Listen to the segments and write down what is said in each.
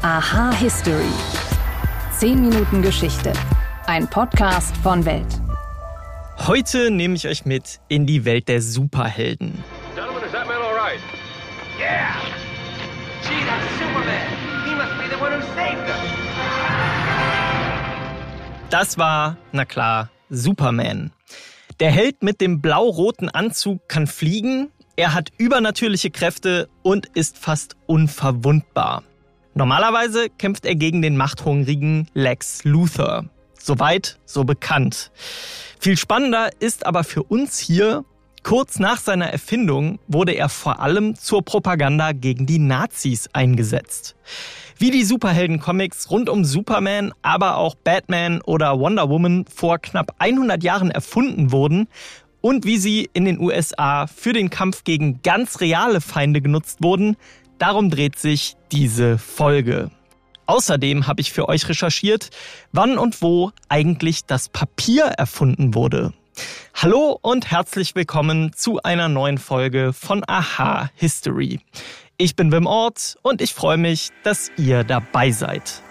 Aha History. 10 Minuten Geschichte. Ein Podcast von Welt. Heute nehme ich euch mit in die Welt der Superhelden. Gentlemen, is that man all right? Yeah! Gee, that's Superman! He must be the one who saved us! Das war, na klar, Superman. Der Held mit dem blau-roten Anzug kann fliegen, er hat übernatürliche Kräfte und ist fast unverwundbar. Normalerweise kämpft er gegen den machthungrigen Lex Luthor. Soweit, so bekannt. Viel spannender ist aber für uns hier, kurz nach seiner Erfindung wurde er vor allem zur Propaganda gegen die Nazis eingesetzt. Wie die Superhelden-Comics rund um Superman, aber auch Batman oder Wonder Woman vor knapp 100 Jahren erfunden wurden und wie sie in den USA für den Kampf gegen ganz reale Feinde genutzt wurden, darum dreht sich diese Folge. Außerdem habe ich für euch recherchiert, wann und wo eigentlich das Papier erfunden wurde. Hallo und herzlich willkommen zu einer neuen Folge von Aha History. Ich bin Wim Ort und ich freue mich, dass ihr dabei seid.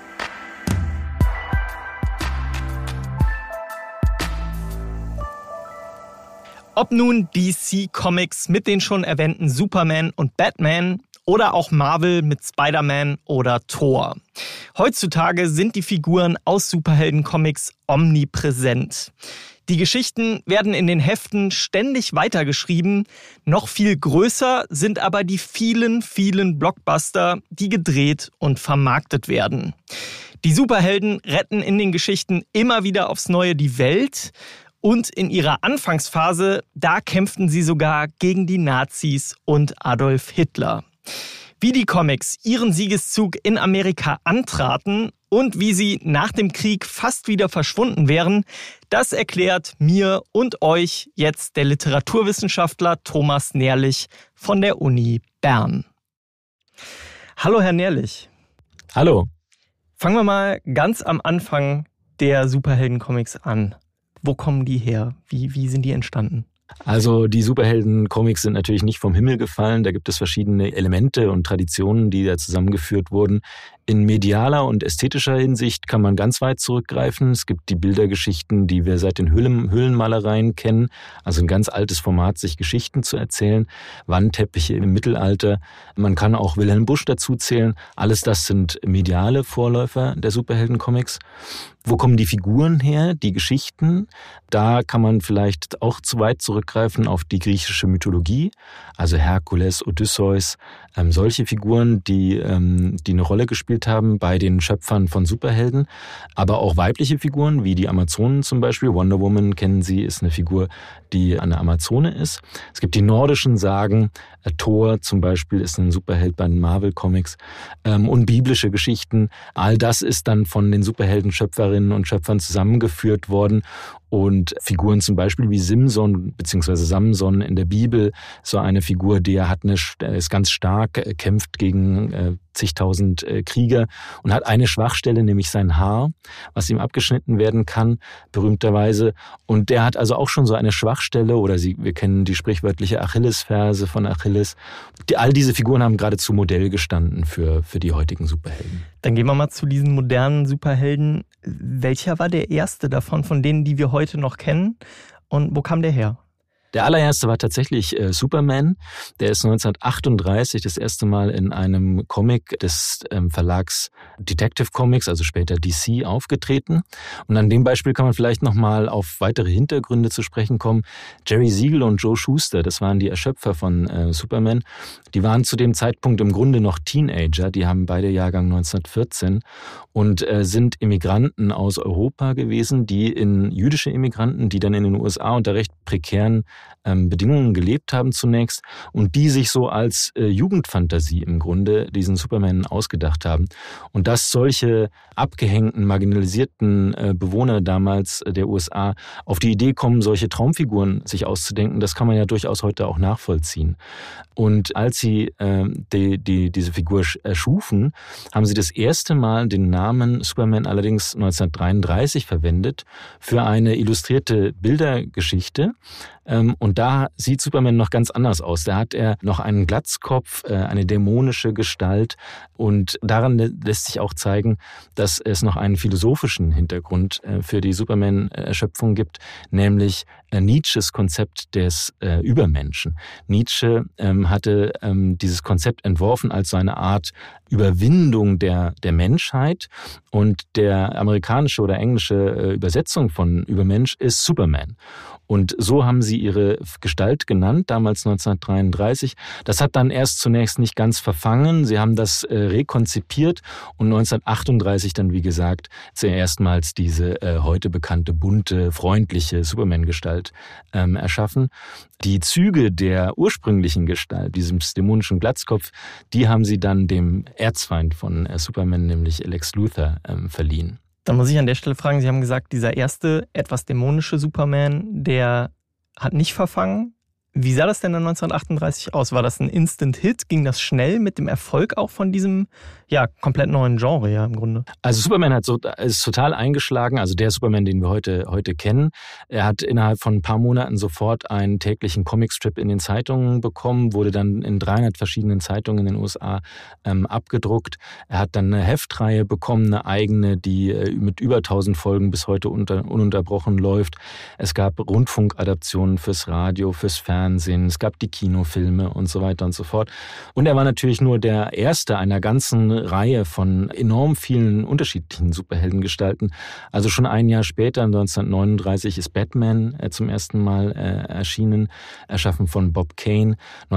Ob nun DC Comics mit den schon erwähnten Superman und Batman oder auch Marvel mit Spider-Man oder Thor. Heutzutage sind die Figuren aus Superhelden-Comics omnipräsent. Die Geschichten werden in den Heften ständig weitergeschrieben. Noch viel größer sind aber die vielen, vielen Blockbuster, die gedreht und vermarktet werden. Die Superhelden retten in den Geschichten immer wieder aufs Neue die Welt. Und in ihrer Anfangsphase, da kämpften sie sogar gegen die Nazis und Adolf Hitler. Wie die Comics ihren Siegeszug in Amerika antraten und wie sie nach dem Krieg fast wieder verschwunden wären, das erklärt mir und euch jetzt der Literaturwissenschaftler Thomas Nährlich von der Uni Bern. Hallo Herr Nährlich. Hallo. Fangen wir mal ganz am Anfang der Superhelden-Comics an. Wo kommen die her? Wie sind die entstanden? Also die Superhelden-Comics sind natürlich nicht vom Himmel gefallen. Da gibt es verschiedene Elemente und Traditionen, die da zusammengeführt wurden. In medialer und ästhetischer Hinsicht kann man ganz weit zurückgreifen. Es gibt die Bildergeschichten, die wir seit den Höhlenmalereien kennen. Also ein ganz altes Format, sich Geschichten zu erzählen. Wandteppiche im Mittelalter. Man kann auch Wilhelm Busch dazu zählen. Alles das sind mediale Vorläufer der Superhelden-Comics. Wo kommen die Figuren her, die Geschichten? Da kann man vielleicht auch zu weit zurückgreifen auf die griechische Mythologie. Also Herkules, Odysseus, solche Figuren, die eine Rolle gespielt haben bei den Schöpfern von Superhelden. Aber auch weibliche Figuren, wie die Amazonen zum Beispiel. Wonder Woman, kennen Sie, ist eine Figur, die eine Amazone ist. Es gibt die nordischen Sagen. Thor zum Beispiel ist ein Superheld bei den Marvel-Comics. Und biblische Geschichten. All das ist dann von den Superhelden-Schöpferinnen und Schöpfern zusammengeführt worden. Und Figuren zum Beispiel wie Simson bzw. Samson in der Bibel, so eine Figur, der ist ganz stark, kämpft gegen zigtausend Krieger und hat eine Schwachstelle, nämlich sein Haar, was ihm abgeschnitten werden kann, berühmterweise. Und der hat also auch schon so eine Schwachstelle, wir kennen die sprichwörtliche Achillesferse von Achilles. All diese Figuren haben geradezu Modell gestanden für die heutigen Superhelden. Dann gehen wir mal zu diesen modernen Superhelden. Welcher war der erste davon, von denen, die wir heute noch kennen? Und wo kam der her? Der allererste war tatsächlich Superman. Der ist 1938 das erste Mal in einem Comic des Verlags Detective Comics, also später DC, aufgetreten. Und an dem Beispiel kann man vielleicht nochmal auf weitere Hintergründe zu sprechen kommen. Jerry Siegel und Joe Shuster, das waren die Erschöpfer von Superman, die waren zu dem Zeitpunkt im Grunde noch Teenager. Die haben beide Jahrgang 1914 und sind Immigranten aus Europa gewesen, jüdische Immigranten, die dann in den USA unter recht prekären Bedingungen gelebt haben zunächst und die sich so als Jugendfantasie im Grunde diesen Superman ausgedacht haben. Und dass solche abgehängten, marginalisierten Bewohner damals der USA auf die Idee kommen, solche Traumfiguren sich auszudenken, das kann man ja durchaus heute auch nachvollziehen. Und als sie diese Figur erschufen, haben sie das erste Mal den Namen Superman allerdings 1933 verwendet für eine illustrierte Bildergeschichte. Und da sieht Superman noch ganz anders aus. Da hat er noch einen Glatzkopf, eine dämonische Gestalt. Und daran lässt sich auch zeigen, dass es noch einen philosophischen Hintergrund für die Superman-Erschöpfung gibt, nämlich Nietzsches Konzept des Übermenschen. Nietzsche hatte dieses Konzept entworfen als so eine Art Überwindung der Menschheit, und der amerikanische oder englische Übersetzung von Übermensch ist Superman. Und so haben sie ihre Gestalt genannt, damals 1933. Das hat dann erst zunächst nicht ganz verfangen. Sie haben das rekonzipiert und 1938 dann, wie gesagt, erstmals diese heute bekannte, bunte, freundliche Superman-Gestalt erschaffen. Die Züge der ursprünglichen Gestalt, diesem dämonischen Glatzkopf, die haben sie dann dem Erzfeind von Superman, nämlich Lex Luthor, verliehen. Dann muss ich an der Stelle fragen, Sie haben gesagt, dieser erste, etwas dämonische Superman, der hat nicht verfangen. Wie sah das denn dann 1938 aus? War das ein Instant-Hit? Ging das schnell mit dem Erfolg auch von diesem komplett neuen Genre im Grunde? Also Superman ist total eingeschlagen, also der Superman, den wir heute kennen. Er hat innerhalb von ein paar Monaten sofort einen täglichen Comicstrip in den Zeitungen bekommen, wurde dann in 300 verschiedenen Zeitungen in den USA abgedruckt. Er hat dann eine Heftreihe bekommen, eine eigene, die mit über 1000 Folgen bis heute ununterbrochen läuft. Es gab Rundfunkadaptionen fürs Radio, fürs Fernsehen, es gab die Kinofilme und so weiter und so fort. Und er war natürlich nur der erste einer ganzen Reihe von enorm vielen unterschiedlichen Superheldengestalten. Also schon ein Jahr später, 1939, ist Batman zum ersten Mal erschienen, erschaffen von Bob Kane.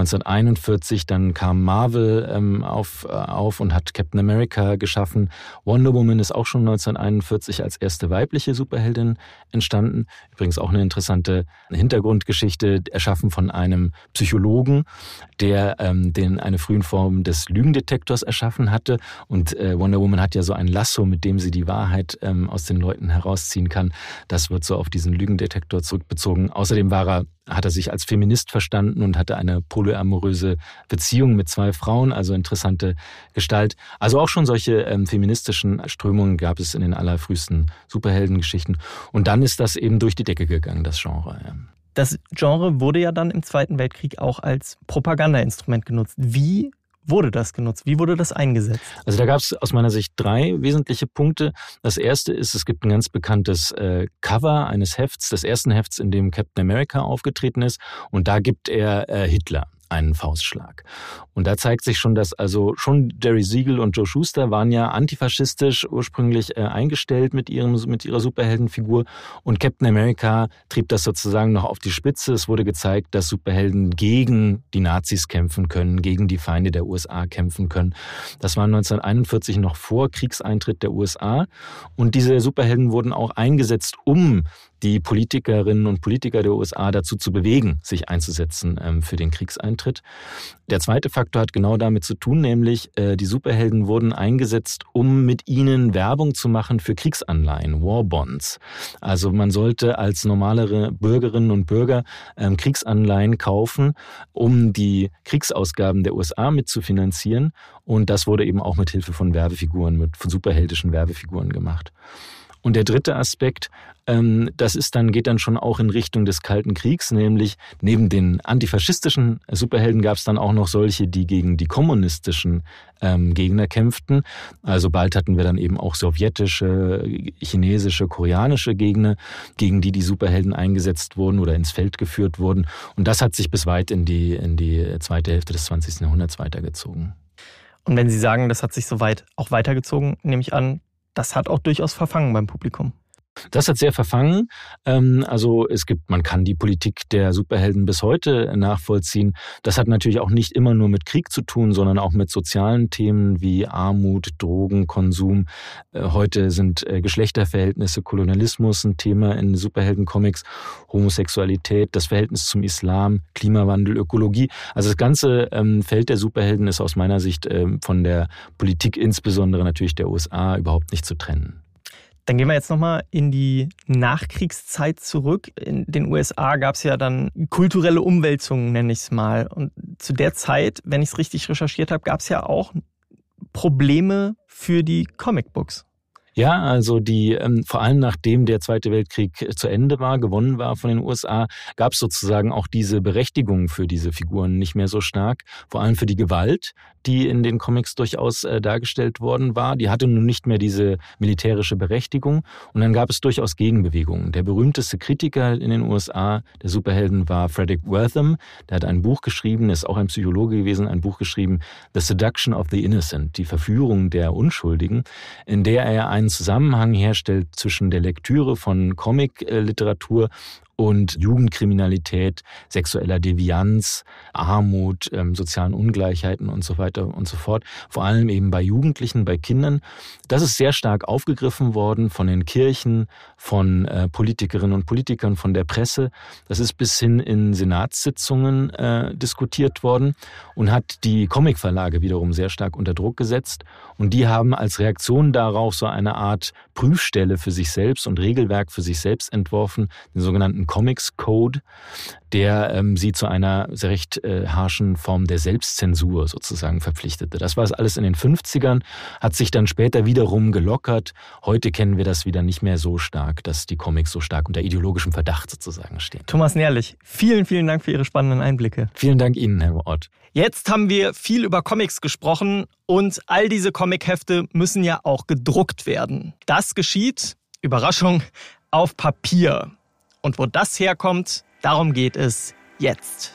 1941 dann kam Marvel auf und hat Captain America geschaffen. Wonder Woman ist auch schon 1941 als erste weibliche Superheldin entstanden. Übrigens auch eine interessante Hintergrundgeschichte, erschaffen von einem Psychologen, der eine frühen Form des Lügendetektors erschaffen hatte. Und Wonder Woman hat ja so ein Lasso, mit dem sie die Wahrheit aus den Leuten herausziehen kann. Das wird so auf diesen Lügendetektor zurückbezogen. Außerdem hat er sich als Feminist verstanden und hatte eine polyamoröse Beziehung mit 2 Frauen, also interessante Gestalt. Also auch schon solche feministischen Strömungen gab es in den allerfrühesten Superheldengeschichten. Und dann ist das eben durch die Decke gegangen, das Genre. Ja. Das Genre wurde ja dann im Zweiten Weltkrieg auch als Propagandainstrument genutzt. Wie wurde das genutzt? Wie wurde das eingesetzt? Also da gab es aus meiner Sicht 3 wesentliche Punkte. Das erste ist, es gibt ein ganz bekanntes Cover eines Hefts, des ersten Hefts, in dem Captain America aufgetreten ist. Und da gibt er Hitler einen Faustschlag. Und da zeigt sich schon, dass also schon Jerry Siegel und Joe Shuster waren ja antifaschistisch ursprünglich eingestellt mit ihrer Superheldenfigur, und Captain America trieb das sozusagen noch auf die Spitze. Es wurde gezeigt, dass Superhelden gegen die Nazis kämpfen können, gegen die Feinde der USA kämpfen können. Das war 1941 noch vor Kriegseintritt der USA, und diese Superhelden wurden auch eingesetzt, um die Politikerinnen und Politiker der USA dazu zu bewegen, sich einzusetzen für den Kriegseintritt. Der zweite Faktor hat genau damit zu tun, nämlich die Superhelden wurden eingesetzt, um mit ihnen Werbung zu machen für Kriegsanleihen, Warbonds. Also man sollte als normalere Bürgerinnen und Bürger Kriegsanleihen kaufen, um die Kriegsausgaben der USA mitzufinanzieren. Und das wurde eben auch mit Hilfe von Werbefiguren, von superheldischen Werbefiguren gemacht. Und der dritte Aspekt, geht dann schon auch in Richtung des Kalten Kriegs, nämlich neben den antifaschistischen Superhelden gab es dann auch noch solche, die gegen die kommunistischen Gegner kämpften. Also bald hatten wir dann eben auch sowjetische, chinesische, koreanische Gegner, gegen die Superhelden eingesetzt wurden oder ins Feld geführt wurden. Und das hat sich bis weit in die zweite Hälfte des 20. Jahrhunderts weitergezogen. Und wenn Sie sagen, das hat sich so weit auch weitergezogen, nehme ich an, das hat auch durchaus verfangen beim Publikum. Das hat sehr verfangen. Man kann die Politik der Superhelden bis heute nachvollziehen. Das hat natürlich auch nicht immer nur mit Krieg zu tun, sondern auch mit sozialen Themen wie Armut, Drogen, Konsum. Heute sind Geschlechterverhältnisse, Kolonialismus ein Thema in Superheldencomics, Homosexualität, das Verhältnis zum Islam, Klimawandel, Ökologie. Also das ganze Feld der Superhelden ist aus meiner Sicht von der Politik, insbesondere natürlich der USA, überhaupt nicht zu trennen. Dann gehen wir jetzt nochmal in die Nachkriegszeit zurück. In den USA gab es ja dann kulturelle Umwälzungen, nenne ich es mal. Und zu der Zeit, wenn ich es richtig recherchiert habe, gab es ja auch Probleme für die Comicbooks. Ja, also vor allem nachdem der Zweite Weltkrieg zu Ende war, gewonnen war von den USA, gab es sozusagen auch diese Berechtigung für diese Figuren nicht mehr so stark. Vor allem für die Gewalt, die in den Comics durchaus dargestellt worden war. Die hatte nun nicht mehr diese militärische Berechtigung. Und dann gab es durchaus Gegenbewegungen. Der berühmteste Kritiker in den USA der Superhelden war Frederick Wertham. Der hat ein Buch geschrieben, ist auch ein Psychologe gewesen, ein Buch geschrieben, The Seduction of the Innocent, die Verführung der Unschuldigen, in der er einen Zusammenhang herstellt zwischen der Lektüre von Comic-Literatur und Jugendkriminalität, sexueller Devianz, Armut, sozialen Ungleichheiten und so weiter und so fort. Vor allem eben bei Jugendlichen, bei Kindern. Das ist sehr stark aufgegriffen worden von den Kirchen, von Politikerinnen und Politikern, von der Presse. Das ist bis hin in Senatssitzungen diskutiert worden und hat die Comicverlage wiederum sehr stark unter Druck gesetzt. Und die haben als Reaktion darauf so eine Art Prüfstelle für sich selbst und Regelwerk für sich selbst entworfen, den sogenannten Comics Code, der sie zu einer sehr recht harschen Form der Selbstzensur sozusagen verpflichtete. Das war es alles in den 50ern, hat sich dann später wiederum gelockert. Heute kennen wir das wieder nicht mehr so stark, dass die Comics so stark unter ideologischem Verdacht sozusagen stehen. Thomas Nährlich, vielen, vielen Dank für Ihre spannenden Einblicke. Vielen Dank Ihnen, Herr Ott. Jetzt haben wir viel über Comics gesprochen und all diese Comichefte müssen ja auch gedruckt werden. Das geschieht, Überraschung, auf Papier. Und wo das herkommt, darum geht es jetzt.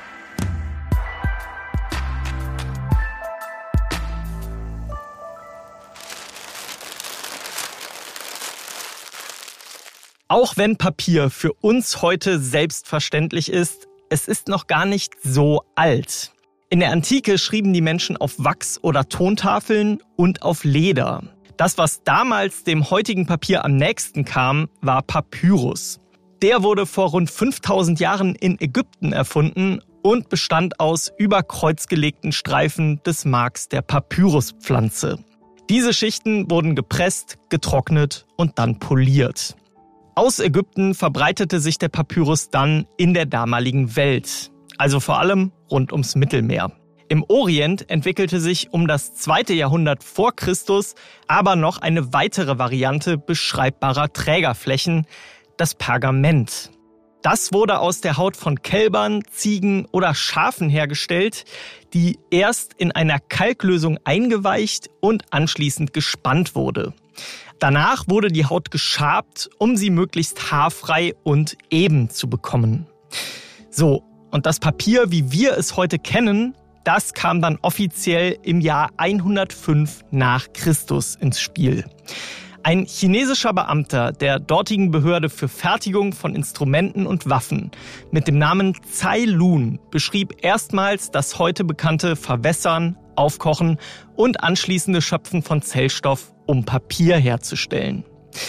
Auch wenn Papier für uns heute selbstverständlich ist, es ist noch gar nicht so alt. In der Antike schrieben die Menschen auf Wachs- oder Tontafeln und auf Leder. Das, was damals dem heutigen Papier am nächsten kam, war Papyrus. Der wurde vor rund 5000 Jahren in Ägypten erfunden und bestand aus überkreuzgelegten Streifen des Marks der Papyruspflanze. Diese Schichten wurden gepresst, getrocknet und dann poliert. Aus Ägypten verbreitete sich der Papyrus dann in der damaligen Welt, also vor allem rund ums Mittelmeer. Im Orient entwickelte sich um das 2. Jahrhundert vor Christus aber noch eine weitere Variante beschreibbarer Trägerflächen, das Pergament. Das wurde aus der Haut von Kälbern, Ziegen oder Schafen hergestellt, die erst in einer Kalklösung eingeweicht und anschließend gespannt wurde. Danach wurde die Haut geschabt, um sie möglichst haarfrei und eben zu bekommen. So, und das Papier, wie wir es heute kennen, das kam dann offiziell im Jahr 105 nach Christus ins Spiel. Ein chinesischer Beamter der dortigen Behörde für Fertigung von Instrumenten und Waffen mit dem Namen Cai Lun beschrieb erstmals das heute bekannte Verwässern, Aufkochen und anschließende Schöpfen von Zellstoff, um Papier herzustellen.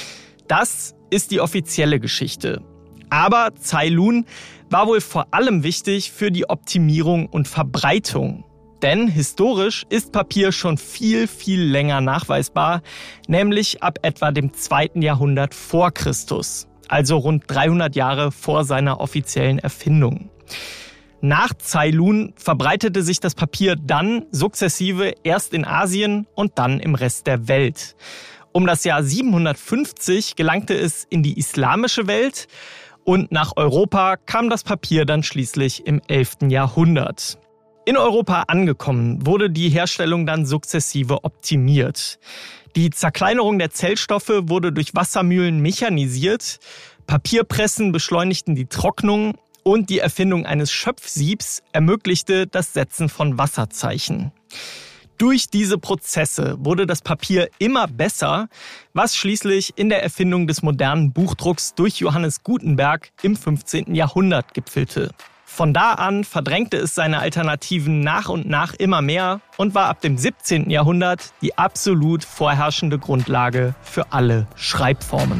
Das ist die offizielle Geschichte. Aber Cai Lun war wohl vor allem wichtig für die Optimierung und Verbreitung. Denn historisch ist Papier schon viel, viel länger nachweisbar, nämlich ab etwa dem 2. Jahrhundert vor Christus, also rund 300 Jahre vor seiner offiziellen Erfindung. Nach Cai Lun verbreitete sich das Papier dann sukzessive erst in Asien und dann im Rest der Welt. Um das Jahr 750 gelangte es in die islamische Welt und nach Europa kam das Papier dann schließlich im 11. Jahrhundert. In Europa angekommen, wurde die Herstellung dann sukzessive optimiert. Die Zerkleinerung der Zellstoffe wurde durch Wassermühlen mechanisiert, Papierpressen beschleunigten die Trocknung und die Erfindung eines Schöpfsiebs ermöglichte das Setzen von Wasserzeichen. Durch diese Prozesse wurde das Papier immer besser, was schließlich in der Erfindung des modernen Buchdrucks durch Johannes Gutenberg im 15. Jahrhundert gipfelte. Von da an verdrängte es seine Alternativen nach und nach immer mehr und war ab dem 17. Jahrhundert die absolut vorherrschende Grundlage für alle Schreibformen.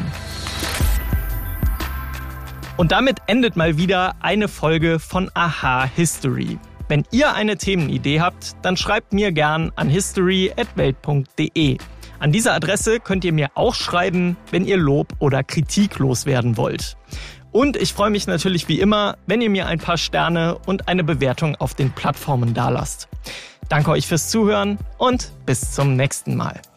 Und damit endet mal wieder eine Folge von Aha History. Wenn ihr eine Themenidee habt, dann schreibt mir gern an history@welt.de. An dieser Adresse könnt ihr mir auch schreiben, wenn ihr Lob oder Kritik loswerden wollt. Und ich freue mich natürlich wie immer, wenn ihr mir ein paar Sterne und eine Bewertung auf den Plattformen dalasst. Danke euch fürs Zuhören und bis zum nächsten Mal.